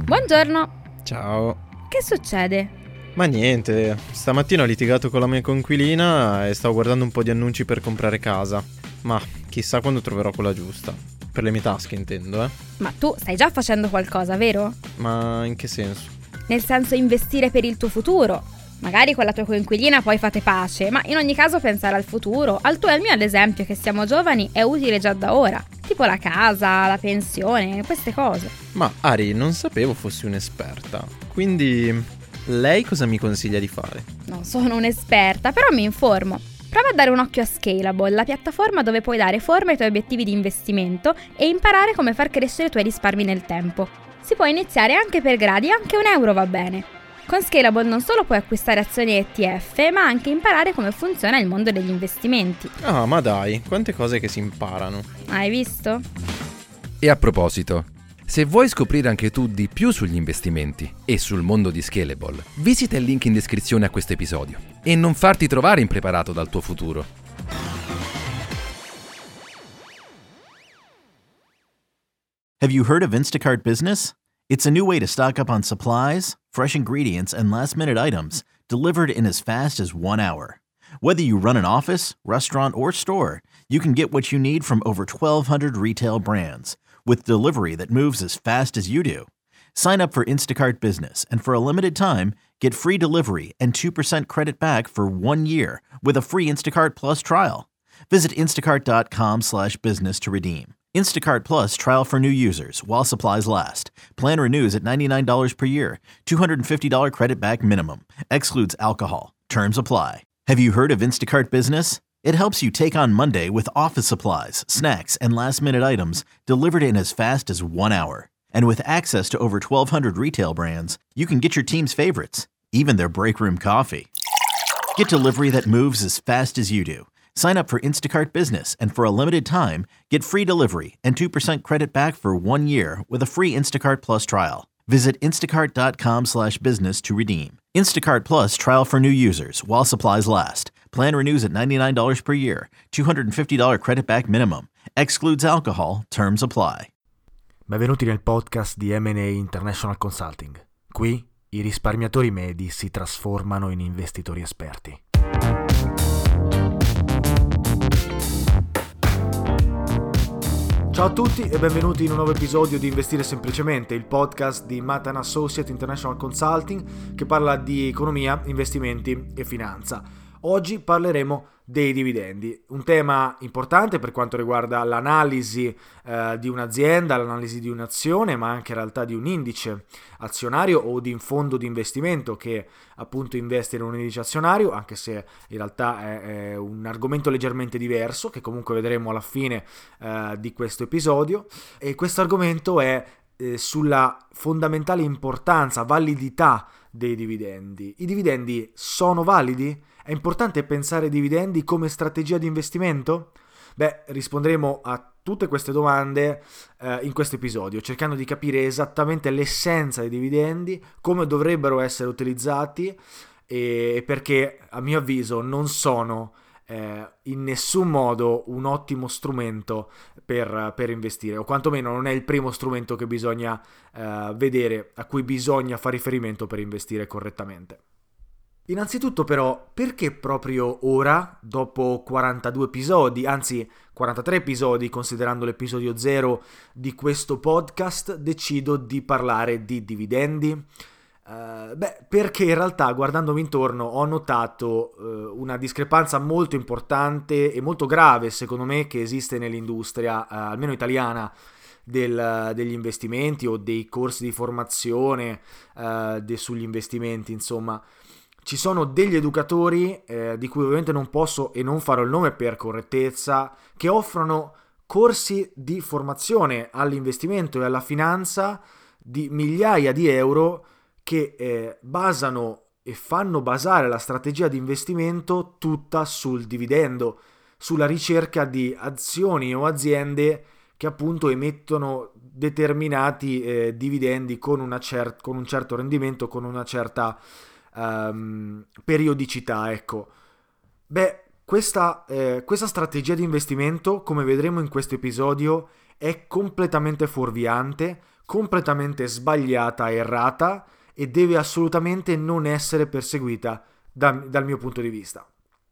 Buongiorno. Ciao. Che succede? Ma niente, stamattina ho litigato con la mia coinquilina e stavo guardando un po' di annunci per comprare casa. Ma chissà quando troverò quella giusta. Per le mie tasche intendo, Ma tu stai già facendo qualcosa, vero? Ma in che senso? Nel senso investire per il tuo futuro. Magari con la tua coinquilina poi fate pace, ma in ogni caso pensare al futuro, al tuo e al mio ad esempio, che siamo giovani, è utile già da ora. Tipo la casa, la pensione, queste cose. Ma Ari, non sapevo fossi un'esperta. Quindi, lei cosa mi consiglia di fare? Non sono un'esperta, però mi informo. Prova a dare un occhio a Scalable, la piattaforma dove puoi dare forma ai tuoi obiettivi di investimento e imparare come far crescere i tuoi risparmi nel tempo. Si può iniziare anche per gradi, anche €1 va bene. Con Scalable non solo puoi acquistare azioni e ETF, ma anche imparare come funziona il mondo degli investimenti. Ah, ma dai, quante cose che si imparano. Hai visto? E a proposito, se vuoi scoprire anche tu di più sugli investimenti e sul mondo di Scalable, visita il link in descrizione a questo episodio e non farti trovare impreparato dal tuo futuro. Have you heard of Instacart Business? It's a new way to stock up on supplies, fresh ingredients, and last-minute items delivered in as fast as 1 hour. Whether you run an office, restaurant, or store, you can get what you need from over 1,200 retail brands with delivery that moves as fast as you do. Sign up for Instacart Business and for a limited time, get free delivery and 2% credit back for 1 year with a free Instacart Plus trial. Visit instacart.com/business to redeem. Instacart Plus trial for new users while supplies last. Plan renews at $99 per year. $250 credit back minimum. Excludes alcohol. Terms apply. Have you heard of Instacart Business? It helps you take on Monday with office supplies, snacks, and last-minute items delivered in as fast as 1 hour. And with access to over 1,200 retail brands, you can get your team's favorites, even their break room coffee. Get delivery that moves as fast as you do. Sign up for Instacart Business and for a limited time, get free delivery and 2% credit back for 1 year with a free Instacart Plus trial. Visit instacart.com/business to redeem. Instacart Plus trial for new users while supplies last. Plan renews at $99 per year. $250 credit back minimum. Excludes alcohol. Terms apply. Benvenuti nel podcast di M&A International Consulting. Qui i risparmiatori medi si trasformano in investitori esperti. Ciao a tutti e benvenuti in un nuovo episodio di Investire Semplicemente, il podcast di Matan Associate International Consulting che parla di economia, investimenti e finanza. Oggi parleremo dei dividendi, un tema importante per quanto riguarda l'analisi di un'azienda, l'analisi di un'azione, ma anche in realtà di un indice azionario o di un fondo di investimento che appunto investe in un indice azionario, anche se in realtà è un argomento leggermente diverso che comunque vedremo alla fine di questo episodio. E questo argomento è sulla fondamentale importanza, validità dei dividendi. I dividendi sono validi? È importante pensare ai dividendi come strategia di investimento? Beh, risponderemo a tutte queste domande in questo episodio, cercando di capire esattamente l'essenza dei dividendi, come dovrebbero essere utilizzati e perché, a mio avviso, non sono in nessun modo un ottimo strumento per investire, o quantomeno non è il primo strumento che bisogna vedere, a cui bisogna fare riferimento per investire correttamente. Innanzitutto però, perché proprio ora, dopo 42 episodi, anzi 43 episodi considerando l'episodio 0 di questo podcast, decido di parlare di dividendi? Perché in realtà guardandomi intorno ho notato una discrepanza molto importante e molto grave secondo me che esiste nell'industria, almeno italiana, degli investimenti o dei corsi di formazione sugli investimenti, insomma. Ci sono degli educatori, di cui ovviamente non posso e non farò il nome per correttezza, che offrono corsi di formazione all'investimento e alla finanza di migliaia di euro che basano e fanno basare la strategia di investimento tutta sul dividendo, sulla ricerca di azioni o aziende che appunto emettono determinati dividendi con un certo rendimento, con una certa periodicità, ecco. Questa strategia di investimento, come vedremo in questo episodio, è completamente fuorviante, completamente sbagliata, errata, e deve assolutamente non essere perseguita dal mio punto di vista.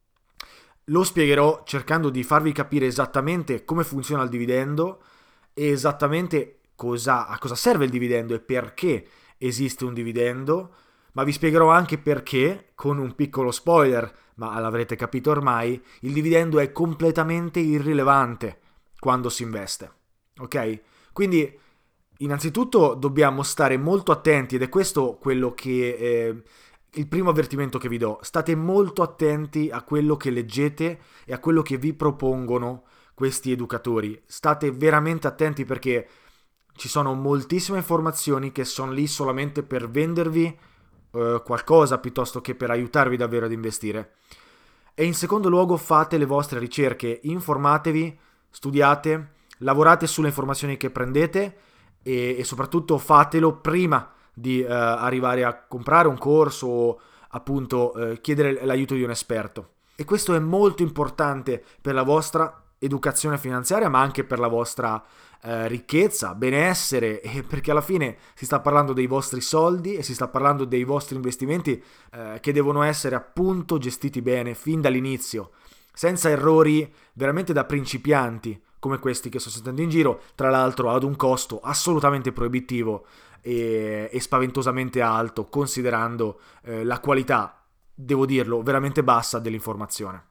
Lo spiegherò cercando di farvi capire esattamente come funziona il dividendo e esattamente a cosa serve il dividendo e perché esiste un dividendo, ma vi spiegherò anche perché, con un piccolo spoiler, ma l'avrete capito ormai, il dividendo è completamente irrilevante quando si investe. Ok? Quindi, innanzitutto dobbiamo stare molto attenti, ed è questo quello che il primo avvertimento che vi do. State molto attenti a quello che leggete e a quello che vi propongono questi educatori. State veramente attenti, perché ci sono moltissime informazioni che sono lì solamente per vendervi qualcosa piuttosto che per aiutarvi davvero ad investire. E in secondo luogo, fate le vostre ricerche, informatevi, studiate, lavorate sulle informazioni che prendete e soprattutto fatelo prima di arrivare a comprare un corso o appunto chiedere l'aiuto di un esperto. E questo è molto importante per la vostra educazione finanziaria, ma anche per la vostra ricchezza, benessere, perché alla fine si sta parlando dei vostri soldi e si sta parlando dei vostri investimenti che devono essere appunto gestiti bene fin dall'inizio, senza errori veramente da principianti come questi che sto sentendo in giro, tra l'altro ad un costo assolutamente proibitivo e spaventosamente alto, considerando la qualità, devo dirlo, veramente bassa dell'informazione.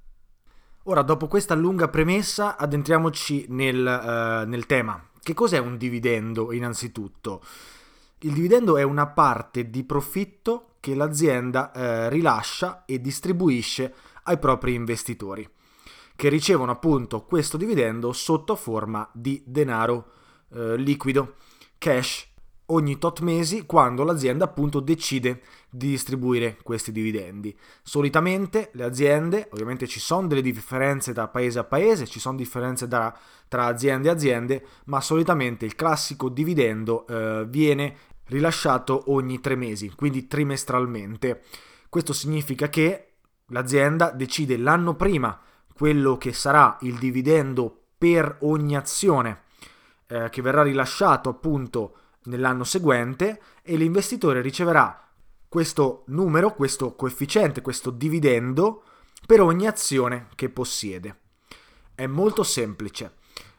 Ora, dopo questa lunga premessa, addentriamoci nel tema. Che cos'è un dividendo, innanzitutto? Il dividendo è una parte di profitto che l'azienda rilascia e distribuisce ai propri investitori, che ricevono appunto questo dividendo sotto forma di denaro liquido, cash, ogni tot mesi, quando l'azienda appunto decide di distribuire questi dividendi. Solitamente le aziende, ovviamente ci sono delle differenze da paese a paese, ci sono differenze tra aziende e aziende, ma solitamente il classico dividendo viene rilasciato ogni 3 mesi, quindi trimestralmente. Questo significa che l'azienda decide l'anno prima quello che sarà il dividendo per ogni azione che verrà rilasciato appunto nell'anno seguente, e l'investitore riceverà questo numero, questo coefficiente, questo dividendo per ogni azione che possiede. È molto semplice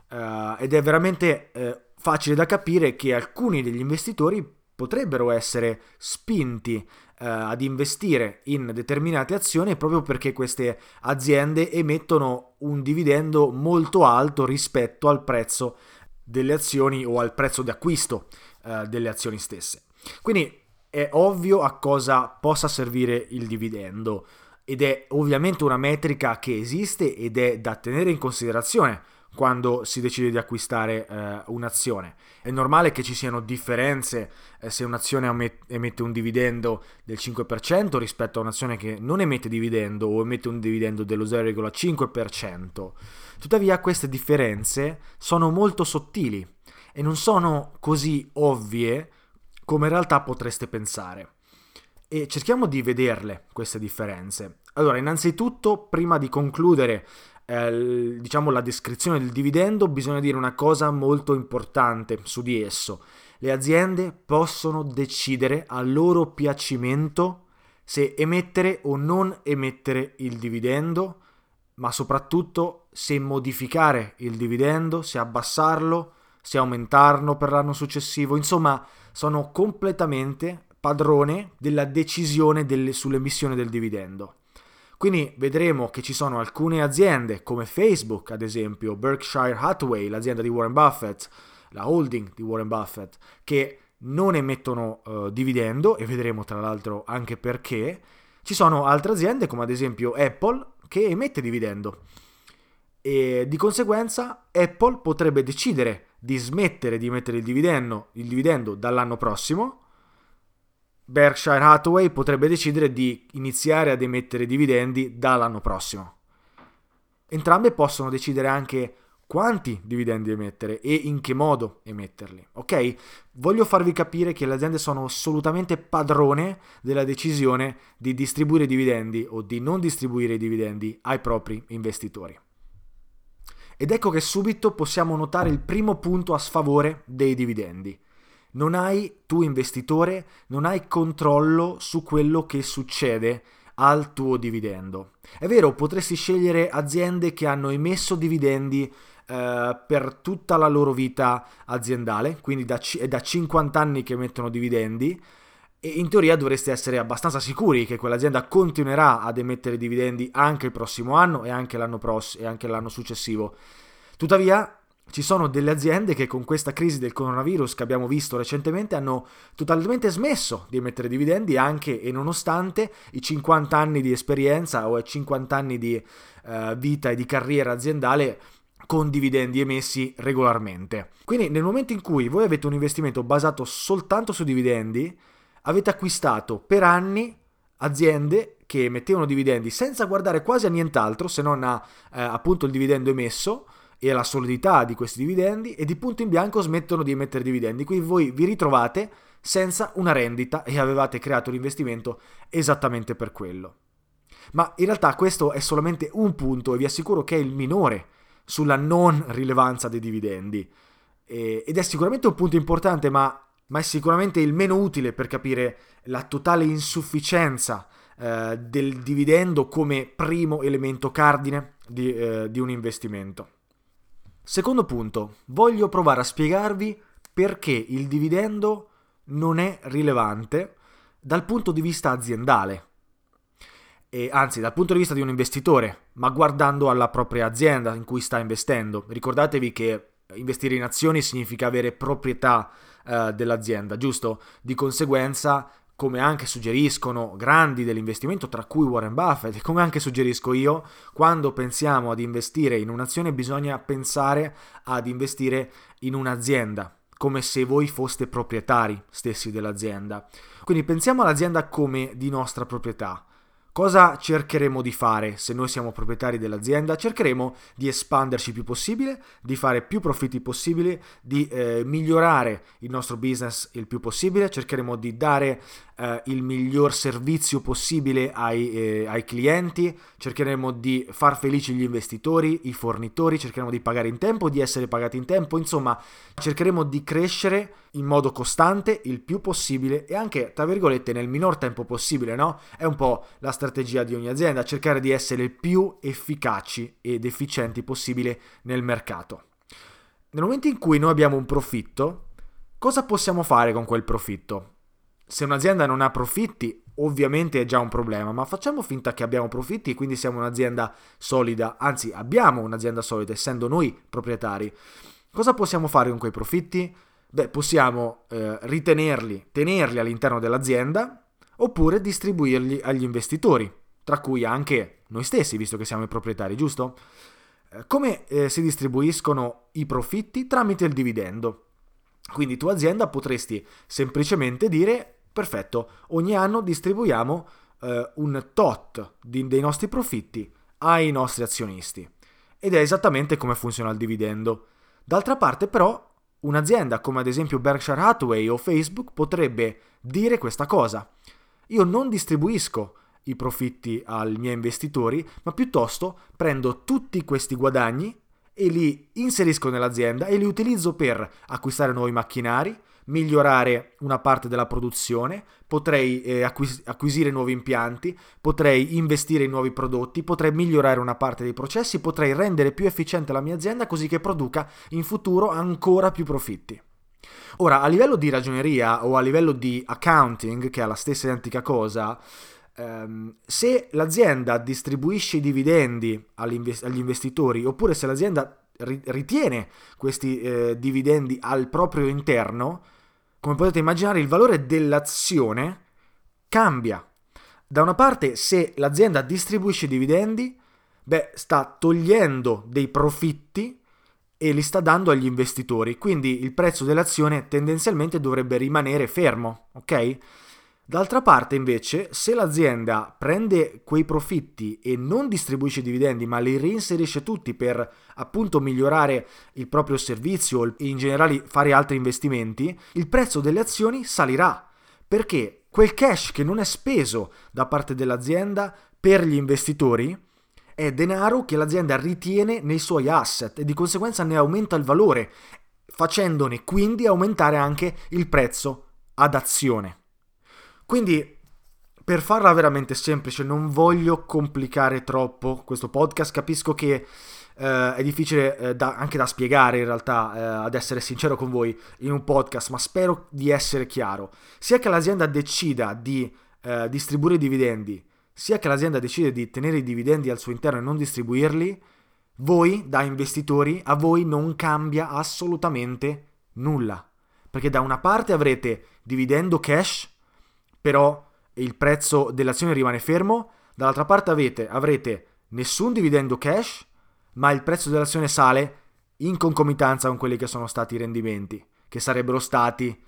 ed è veramente facile da capire che alcuni degli investitori potrebbero essere spinti ad investire in determinate azioni proprio perché queste aziende emettono un dividendo molto alto rispetto al prezzo delle azioni o al prezzo di acquisto delle azioni stesse. Quindi è ovvio a cosa possa servire il dividendo, ed è ovviamente una metrica che esiste ed è da tenere in considerazione quando si decide di acquistare un'azione. È normale che ci siano differenze se un'azione emette un dividendo del 5% rispetto a un'azione che non emette dividendo o emette un dividendo dello 0,5%. Tuttavia queste differenze sono molto sottili e non sono così ovvie come in realtà potreste pensare. E cerchiamo di vederle queste differenze. Allora, innanzitutto, prima di concludere la descrizione del dividendo, bisogna dire una cosa molto importante su di esso. Le aziende possono decidere a loro piacimento se emettere o non emettere il dividendo, ma soprattutto se modificare il dividendo, se abbassarlo, se aumentarlo per l'anno successivo. Insomma, sono completamente padrone della decisione sull'emissione del dividendo. Quindi vedremo che ci sono alcune aziende come Facebook, ad esempio, Berkshire Hathaway, l'azienda di Warren Buffett, la holding di Warren Buffett, che non emettono dividendo, e vedremo tra l'altro anche perché. Ci sono altre aziende come ad esempio Apple che emette dividendo, e di conseguenza Apple potrebbe decidere di smettere di emettere il dividendo dall'anno prossimo. Berkshire Hathaway potrebbe decidere di iniziare ad emettere dividendi dall'anno prossimo. Entrambe possono decidere anche quanti dividendi emettere e in che modo emetterli, ok? Voglio farvi capire che le aziende sono assolutamente padrone della decisione di distribuire i dividendi o di non distribuire i dividendi ai propri investitori. Ed ecco che subito possiamo notare il primo punto a sfavore dei dividendi. non hai, tu investitore, non hai controllo su quello che succede al tuo dividendo. È vero, potresti scegliere aziende che hanno emesso dividendi per tutta la loro vita aziendale, quindi è da 50 anni che emettono dividendi, e in teoria dovreste essere abbastanza sicuri che quell'azienda continuerà ad emettere dividendi anche il prossimo anno e anche l'anno prossimo e anche l'anno successivo. Tuttavia, ci sono delle aziende che con questa crisi del coronavirus che abbiamo visto recentemente hanno totalmente smesso di emettere dividendi, anche e nonostante i 50 anni di esperienza o i 50 anni di vita e di carriera aziendale con dividendi emessi regolarmente. Quindi nel momento in cui voi avete un investimento basato soltanto su dividendi, avete acquistato per anni aziende che emettevano dividendi senza guardare quasi a nient'altro se non a appunto il dividendo emesso e alla solidità di questi dividendi, e di punto in bianco smettono di emettere dividendi. Quindi voi vi ritrovate senza una rendita e avevate creato l'investimento esattamente per quello. Ma in realtà questo è solamente un punto, e vi assicuro che è il minore sulla non rilevanza dei dividendi, ed è sicuramente un punto importante, ma è sicuramente il meno utile per capire la totale insufficienza del dividendo come primo elemento cardine di un investimento. Secondo punto, voglio provare a spiegarvi perché il dividendo non è rilevante dal punto di vista aziendale. Anzi, dal punto di vista di un investitore, ma guardando alla propria azienda in cui sta investendo. Ricordatevi che investire in azioni significa avere proprietà dell'azienda, giusto? Di conseguenza, come anche suggeriscono grandi dell'investimento, tra cui Warren Buffett, e come anche suggerisco io, quando pensiamo ad investire in un'azione bisogna pensare ad investire in un'azienda, come se voi foste proprietari stessi dell'azienda. Quindi pensiamo all'azienda come di nostra proprietà. Cosa cercheremo di fare se noi siamo proprietari dell'azienda? Cercheremo di espanderci il più possibile, di fare più profitti possibili, di migliorare il nostro business il più possibile, cercheremo di dare il miglior servizio possibile ai clienti, cercheremo di far felici gli investitori, i fornitori, cercheremo di pagare in tempo, di essere pagati in tempo, insomma cercheremo di crescere in modo costante il più possibile e anche, tra virgolette, nel minor tempo possibile, no? È un po' la strategia di ogni azienda, cercare di essere il più efficaci ed efficienti possibile nel mercato. Nel momento in cui noi abbiamo un profitto, cosa possiamo fare con quel profitto? Se un'azienda non ha profitti, ovviamente è già un problema, ma facciamo finta che abbiamo profitti e quindi siamo un'azienda solida, anzi abbiamo un'azienda solida essendo noi proprietari. Cosa possiamo fare con quei profitti? Beh, possiamo tenerli all'interno dell'azienda oppure distribuirli agli investitori, tra cui anche noi stessi, visto che siamo i proprietari, giusto? Come si distribuiscono i profitti? Tramite il dividendo. Quindi tu azienda potresti semplicemente dire: perfetto, ogni anno distribuiamo un tot dei nostri profitti ai nostri azionisti. Ed è esattamente come funziona il dividendo. D'altra parte però un'azienda come ad esempio Berkshire Hathaway o Facebook potrebbe dire questa cosa: io non distribuisco i profitti ai miei investitori, ma piuttosto prendo tutti questi guadagni e li inserisco nell'azienda e li utilizzo per acquistare nuovi macchinari, migliorare una parte della produzione, potrei acquisire nuovi impianti, potrei investire in nuovi prodotti, potrei migliorare una parte dei processi, potrei rendere più efficiente la mia azienda così che produca in futuro ancora più profitti. Ora, a livello di ragioneria o a livello di accounting, che è la stessa identica cosa, se l'azienda distribuisce i dividendi agli investitori oppure se l'azienda ritiene questi dividendi al proprio interno, come potete immaginare il valore dell'azione cambia. Da una parte, se l'azienda distribuisce i dividendi, sta togliendo dei profitti e li sta dando agli investitori, quindi il prezzo dell'azione tendenzialmente dovrebbe rimanere fermo, ok? D'altra parte invece, se l'azienda prende quei profitti e non distribuisce i dividendi ma li reinserisce tutti per appunto migliorare il proprio servizio e in generale fare altri investimenti, il prezzo delle azioni salirà, perché quel cash che non è speso da parte dell'azienda per gli investitori è denaro che l'azienda ritiene nei suoi asset e di conseguenza ne aumenta il valore. facendone quindi aumentare anche il prezzo ad azione. Quindi, per farla veramente semplice, non voglio complicare troppo questo podcast, capisco che è difficile anche da spiegare in realtà, ad essere sincero con voi in un podcast, ma spero di essere chiaro. Sia che l'azienda decida di distribuire i dividendi, sia che l'azienda decide di tenere i dividendi al suo interno e non distribuirli, voi da investitori, a voi non cambia assolutamente nulla, perché da una parte avrete dividendo cash, però il prezzo dell'azione rimane fermo, dall'altra parte avrete nessun dividendo cash, ma il prezzo dell'azione sale in concomitanza con quelli che sono stati i rendimenti, che sarebbero stati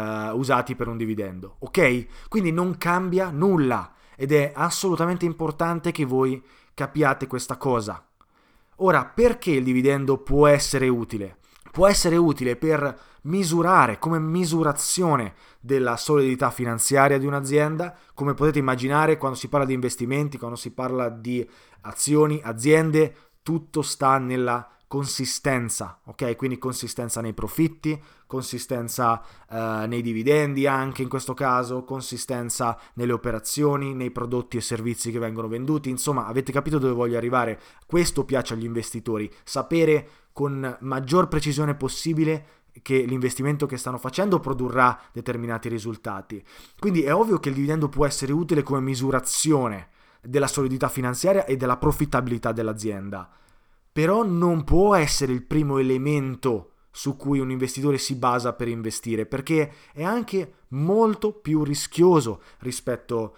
usati per un dividendo, ok? Quindi non cambia nulla ed è assolutamente importante che voi capiate questa cosa. Ora, perché il dividendo può essere utile? Può essere utile per misurare, come misurazione della solidità finanziaria di un'azienda. Come potete immaginare, quando si parla di investimenti, quando si parla di azioni, aziende, tutto sta nella consistenza, ok? Quindi consistenza nei profitti, consistenza nei dividendi anche in questo caso, consistenza nelle operazioni, nei prodotti e servizi che vengono venduti. Insomma, avete capito dove voglio arrivare? Questo piace agli investitori, sapere con maggior precisione possibile che l'investimento che stanno facendo produrrà determinati risultati. Quindi è ovvio che il dividendo può essere utile come misurazione della solidità finanziaria e della profittabilità dell'azienda, però non può essere il primo elemento su cui un investitore si basa per investire, perché è anche molto più rischioso rispetto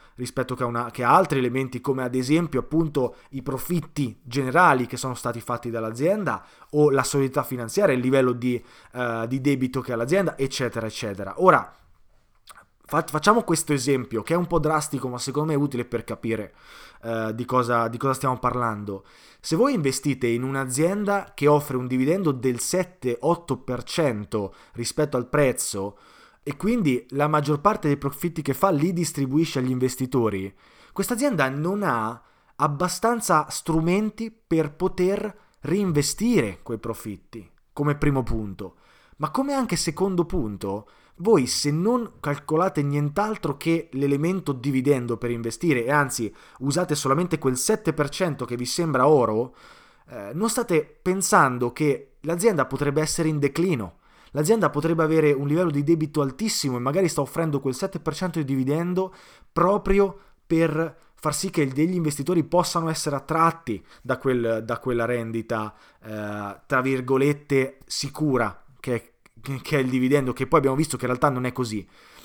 che a altri elementi, come ad esempio appunto i profitti generali che sono stati fatti dall'azienda o la solidità finanziaria, il livello di debito che ha l'azienda, eccetera eccetera. Ora facciamo questo esempio che è un po' drastico, ma secondo me è utile per capire di cosa stiamo parlando. Se voi investite in un'azienda che offre un dividendo del 7-8% rispetto al prezzo e quindi la maggior parte dei profitti che fa li distribuisce agli investitori, questa azienda non ha abbastanza strumenti per poter reinvestire quei profitti, come primo punto. Ma come anche secondo punto, voi se non calcolate nient'altro che l'elemento dividendo per investire e anzi usate solamente quel 7% che vi sembra oro, non state pensando che l'azienda potrebbe essere in declino, l'azienda potrebbe avere un livello di debito altissimo e magari sta offrendo quel 7% di dividendo proprio per far sì che degli investitori possano essere attratti da quella rendita tra virgolette sicura che è il dividendo, che poi abbiamo visto che in realtà non è così.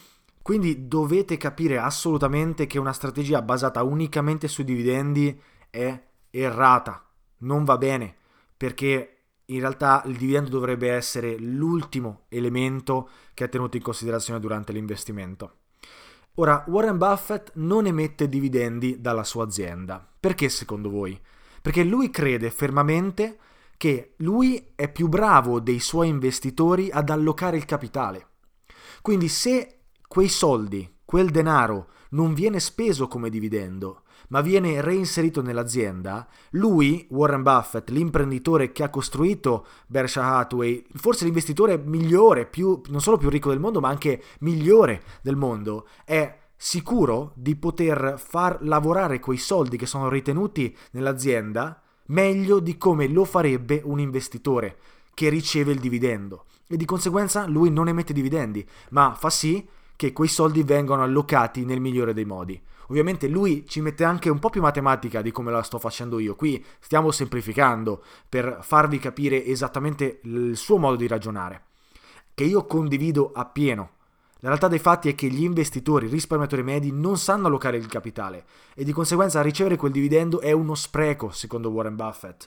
Quindi dovete capire assolutamente che una strategia basata unicamente sui dividendi è errata, non va bene, perché in realtà il dividendo dovrebbe essere l'ultimo elemento che è tenuto in considerazione durante l'investimento. Ora, Warren Buffett non emette dividendi dalla sua azienda. Perché secondo voi? Perché lui crede fermamente che lui è più bravo dei suoi investitori ad allocare il capitale. Quindi se quei soldi, quel denaro, non viene speso come dividendo, ma viene reinserito nell'azienda, lui, Warren Buffett, l'imprenditore che ha costruito Berkshire Hathaway, forse l'investitore migliore, non solo più ricco del mondo, ma anche migliore del mondo, è sicuro di poter far lavorare quei soldi che sono ritenuti nell'azienda meglio di come lo farebbe un investitore che riceve il dividendo, e di conseguenza lui non emette dividendi, ma fa sì che quei soldi vengano allocati nel migliore dei modi. Ovviamente lui ci mette anche un po' più matematica di come la sto facendo io, qui stiamo semplificando per farvi capire esattamente il suo modo di ragionare, che io condivido appieno. La realtà dei fatti è che gli investitori, i risparmiatori medi, non sanno allocare il capitale e di conseguenza ricevere quel dividendo è uno spreco, secondo Warren Buffett,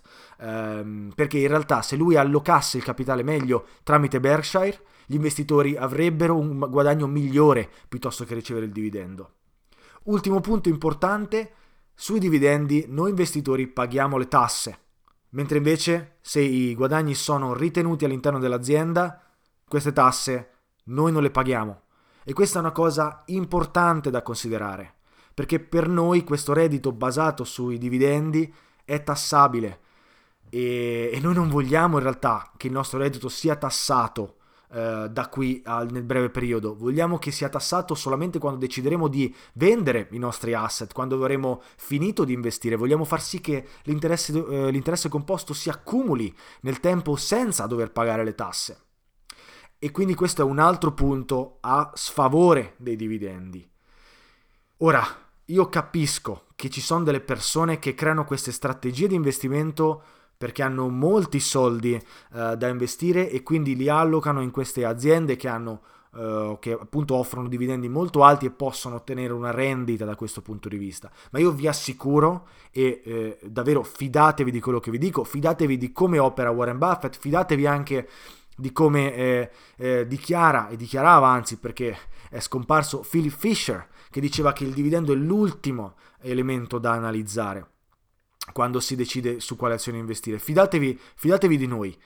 perché in realtà se lui allocasse il capitale meglio tramite Berkshire, gli investitori avrebbero un guadagno migliore piuttosto che ricevere il dividendo. Ultimo punto importante, sui dividendi noi investitori paghiamo le tasse, mentre invece se i guadagni sono ritenuti all'interno dell'azienda, queste tasse noi non le paghiamo. E questa è una cosa importante da considerare, perché per noi questo reddito basato sui dividendi è tassabile. e noi non vogliamo in realtà che il nostro reddito sia tassato da qui nel breve periodo. Vogliamo che sia tassato solamente quando decideremo di vendere i nostri asset, quando avremo finito di investire. Vogliamo far sì che l'interesse composto si accumuli nel tempo senza dover pagare le tasse. E quindi questo è un altro punto a sfavore dei dividendi. Ora, io capisco che ci sono delle persone che creano queste strategie di investimento perché hanno molti soldi da investire e quindi li allocano in queste aziende che appunto offrono dividendi molto alti e possono ottenere una rendita da questo punto di vista. Ma io vi assicuro, e davvero fidatevi di quello che vi dico, fidatevi di come opera Warren Buffett, fidatevi anche di come dichiarava, anzi, perché è scomparso, Philip Fisher, che diceva che il dividendo è l'ultimo elemento da analizzare quando si decide su quale azione investire. Fidatevi di noi.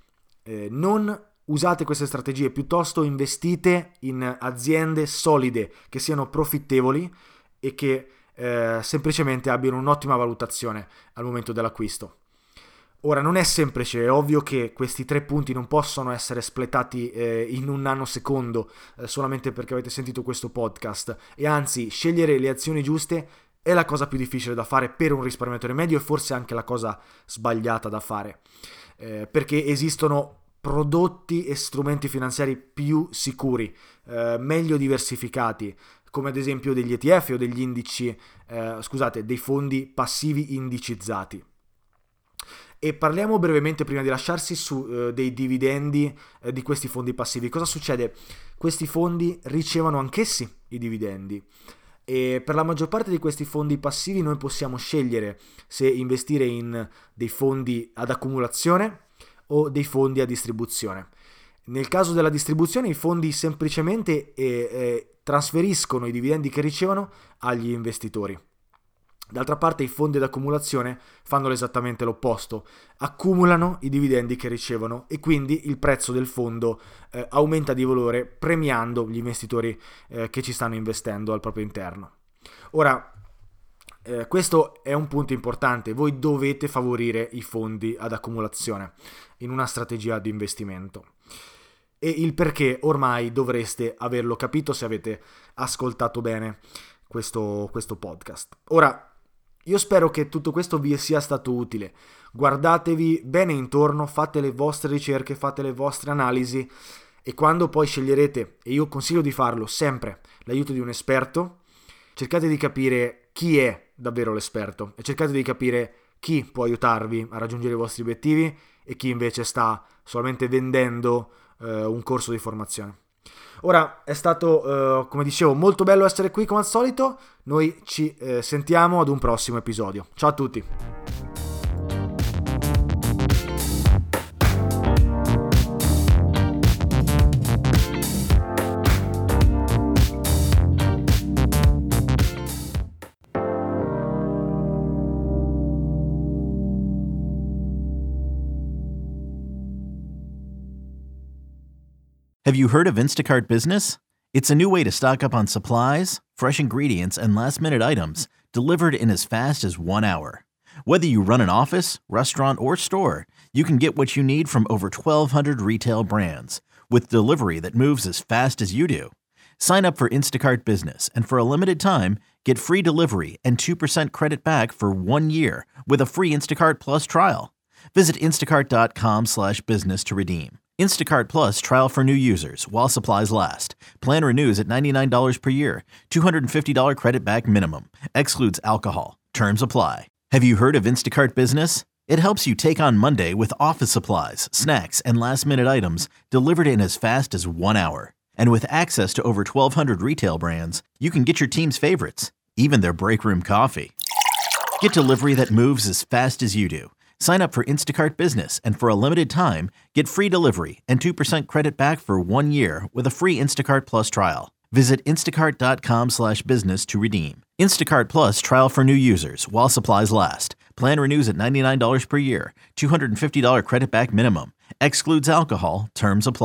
Non usate queste strategie, piuttosto investite in aziende solide, che siano profittevoli e che semplicemente abbiano un'ottima valutazione al momento dell'acquisto. Ora, non è semplice, è ovvio che questi 3 punti non possono essere splettati in un nanosecondo solamente perché avete sentito questo podcast, e anzi, scegliere le azioni giuste è la cosa più difficile da fare per un risparmiatore medio e forse anche la cosa sbagliata da fare, perché esistono prodotti e strumenti finanziari più sicuri, meglio diversificati, come ad esempio degli ETF o degli indici, dei fondi passivi indicizzati. E parliamo brevemente, prima di lasciarsi, su dei dividendi di questi fondi passivi. Cosa succede? Questi fondi ricevono anch'essi i dividendi. E per la maggior parte di questi fondi passivi noi possiamo scegliere se investire in dei fondi ad accumulazione o dei fondi a distribuzione. Nel caso della distribuzione, i fondi semplicemente trasferiscono i dividendi che ricevono agli investitori. D'altra parte i fondi ad accumulazione fanno esattamente l'opposto, accumulano i dividendi che ricevono e quindi il prezzo del fondo aumenta di valore, premiando gli investitori che ci stanno investendo al proprio interno. Ora, questo è un punto importante: voi dovete favorire i fondi ad accumulazione in una strategia di investimento. E il perché ormai dovreste averlo capito se avete ascoltato bene questo podcast. Ora, io spero che tutto questo vi sia stato utile. Guardatevi bene intorno, fate le vostre ricerche, fate le vostre analisi, e quando poi sceglierete, e io consiglio di farlo sempre, l'aiuto di un esperto, cercate di capire chi è davvero l'esperto e cercate di capire chi può aiutarvi a raggiungere i vostri obiettivi e chi invece sta solamente vendendo un corso di formazione. Ora, è stato, come dicevo, molto bello essere qui come al solito. Noi ci sentiamo ad un prossimo episodio. Ciao a tutti! Have you heard of Instacart Business? It's a new way to stock up on supplies, fresh ingredients, and last-minute items delivered in as fast as 1 hour. Whether you run an office, restaurant, or store, you can get what you need from over 1,200 retail brands with delivery that moves as fast as you do. Sign up for Instacart Business, and for a limited time, get free delivery and 2% credit back for 1 year with a free Instacart Plus trial. Visit instacart.com/business to redeem. Instacart Plus trial for new users while supplies last. Plan renews at $99 per year. $250 credit back minimum. Excludes alcohol. Terms apply. Have you heard of Instacart Business? It helps you take on Monday with office supplies, snacks, and last-minute items delivered in as fast as 1 hour. And with access to over 1,200 retail brands, you can get your team's favorites, even their break room coffee. Get delivery that moves as fast as you do. Sign up for Instacart Business, and for a limited time, get free delivery and 2% credit back for 1 year with a free Instacart Plus trial. Visit instacart.com/business to redeem. Instacart Plus trial for new users while supplies last. Plan renews at $99 per year. $250 credit back minimum. Excludes alcohol. Terms apply.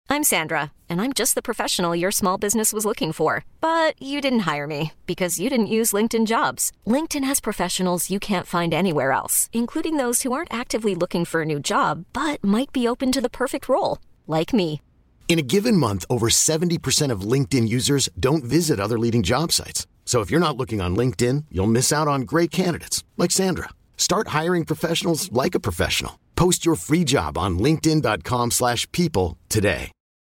I'm Sandra, and I'm just the professional your small business was looking for. But you didn't hire me because you didn't use LinkedIn Jobs. LinkedIn has professionals you can't find anywhere else, including those who aren't actively looking for a new job, but might be open to the perfect role, like me. In a given month, over 70% of LinkedIn users don't visit other leading job sites. So if you're not looking on LinkedIn, you'll miss out on great candidates like Sandra. Start hiring professionals like a professional. Post your free job on linkedin.com/people today.